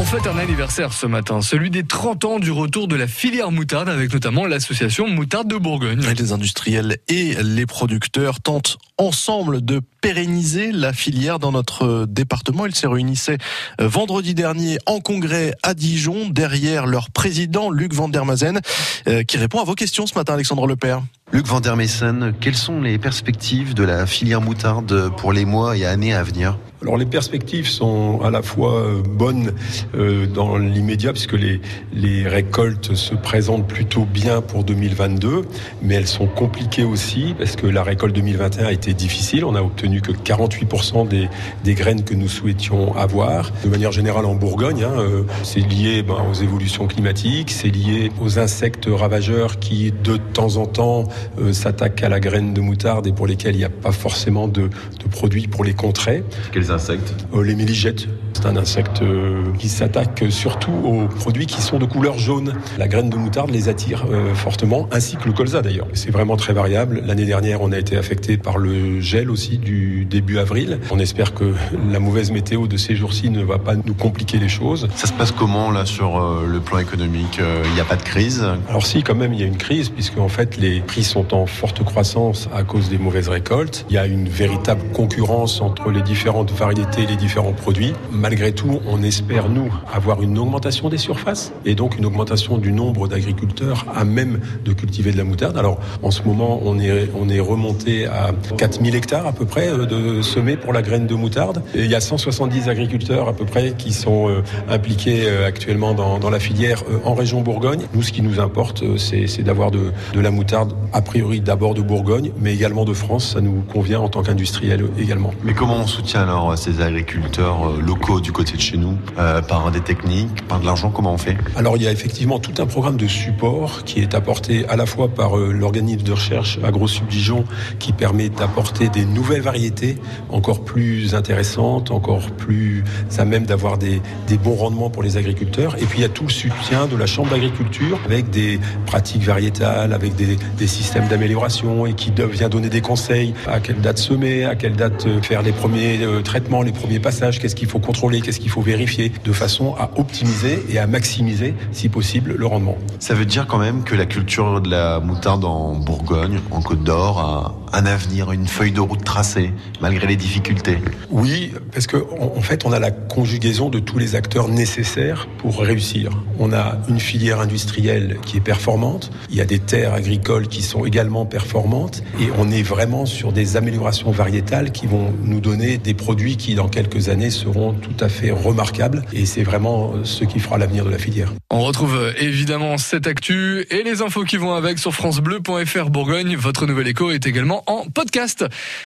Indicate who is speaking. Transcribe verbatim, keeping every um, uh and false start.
Speaker 1: On fête un anniversaire ce matin, celui des trente ans du retour de la filière moutarde avec notamment l'association Moutarde de Bourgogne.
Speaker 2: Les industriels et les producteurs tentent ensemble de pérenniser la filière dans notre département. Ils se réunissaient vendredi dernier en congrès à Dijon derrière leur président Luc van der Mazen qui répond à vos questions ce matin, Alexandre Lepère.
Speaker 3: Luc van der Mazen, quelles sont les perspectives de la filière moutarde pour les mois et années à venir ?
Speaker 4: Alors les perspectives sont à la fois bonnes euh, dans l'immédiat puisque les, les récoltes se présentent plutôt bien pour deux mille vingt-deux, mais elles sont compliquées aussi parce que la récolte deux mille vingt et un a été difficile. On a obtenu que quarante-huit pour cent des, des graines que nous souhaitions avoir. De manière générale en Bourgogne, hein, euh, c'est lié ben, aux évolutions climatiques, c'est lié aux insectes ravageurs qui de temps en temps euh, s'attaquent à la graine de moutarde et pour lesquels il n'y a pas forcément de, de produits pour les contrer.
Speaker 3: Quels insectes ?
Speaker 4: euh, Les méligettes. C'est un insecte euh, qui s'attaque surtout aux produits qui sont de couleur jaune. La graine de moutarde les attire euh, fortement, ainsi que le colza d'ailleurs. C'est vraiment très variable. L'année dernière, on a été affecté par le gel aussi du début avril. On espère que la mauvaise météo de ces jours-ci ne va pas nous compliquer les choses.
Speaker 3: Ça se passe comment là sur euh, le plan économique ? Il euh, n'y a pas de crise ?
Speaker 4: Alors si, quand même, il y a une crise, puisque en fait, les prix sont en forte croissance à cause des mauvaises récoltes. Il y a une véritable concurrence entre les différentes variétés et les différents produits. Malgré tout, on espère, nous, avoir une augmentation des surfaces et donc une augmentation du nombre d'agriculteurs à même de cultiver de la moutarde. Alors, en ce moment, on est, on est remonté à quatre mille hectares à peu près de semés pour la graine de moutarde. Et il y a cent soixante-dix agriculteurs à peu près qui sont euh, impliqués euh, actuellement dans, dans la filière euh, en région Bourgogne. Nous, ce qui nous importe, euh, c'est, c'est d'avoir de, de la moutarde, a priori d'abord de Bourgogne, mais également de France. Ça nous convient en tant qu'industriel également.
Speaker 3: Mais comment on soutient alors ces agriculteurs euh, locaux du côté de chez nous, euh, par des techniques, par de l'argent, comment on fait ?
Speaker 4: Alors il y a effectivement tout un programme de support qui est apporté à la fois par euh, l'organisme de recherche AgroSup Dijon qui permet d'apporter des nouvelles variétés encore plus intéressantes, encore plus à même d'avoir des, des bons rendements pour les agriculteurs. Et puis il y a tout le soutien de la Chambre d'agriculture avec des pratiques variétales, avec des, des systèmes d'amélioration et qui vient donner des conseils à quelle date semer, à quelle date faire les premiers euh, traitements, les premiers passages, qu'est-ce qu'il faut contrôler, qu'est-ce qu'il faut vérifier, de façon à optimiser et à maximiser, si possible, le rendement.
Speaker 3: Ça veut dire quand même que la culture de la moutarde en Bourgogne, en Côte d'Or, a un avenir, une feuille de route tracée, malgré les difficultés.
Speaker 4: Oui, parce que en fait, on a la conjugaison de tous les acteurs nécessaires pour réussir. On a une filière industrielle qui est performante, il y a des terres agricoles qui sont également performantes, et on est vraiment sur des améliorations variétales qui vont nous donner des produits qui, dans quelques années, seront tout à fait remarquables, et c'est vraiment ce qui fera l'avenir de la filière.
Speaker 1: On retrouve évidemment cette actu et les infos qui vont avec sur francebleu point fr Bourgogne. Votre nouvel écho est également en podcast.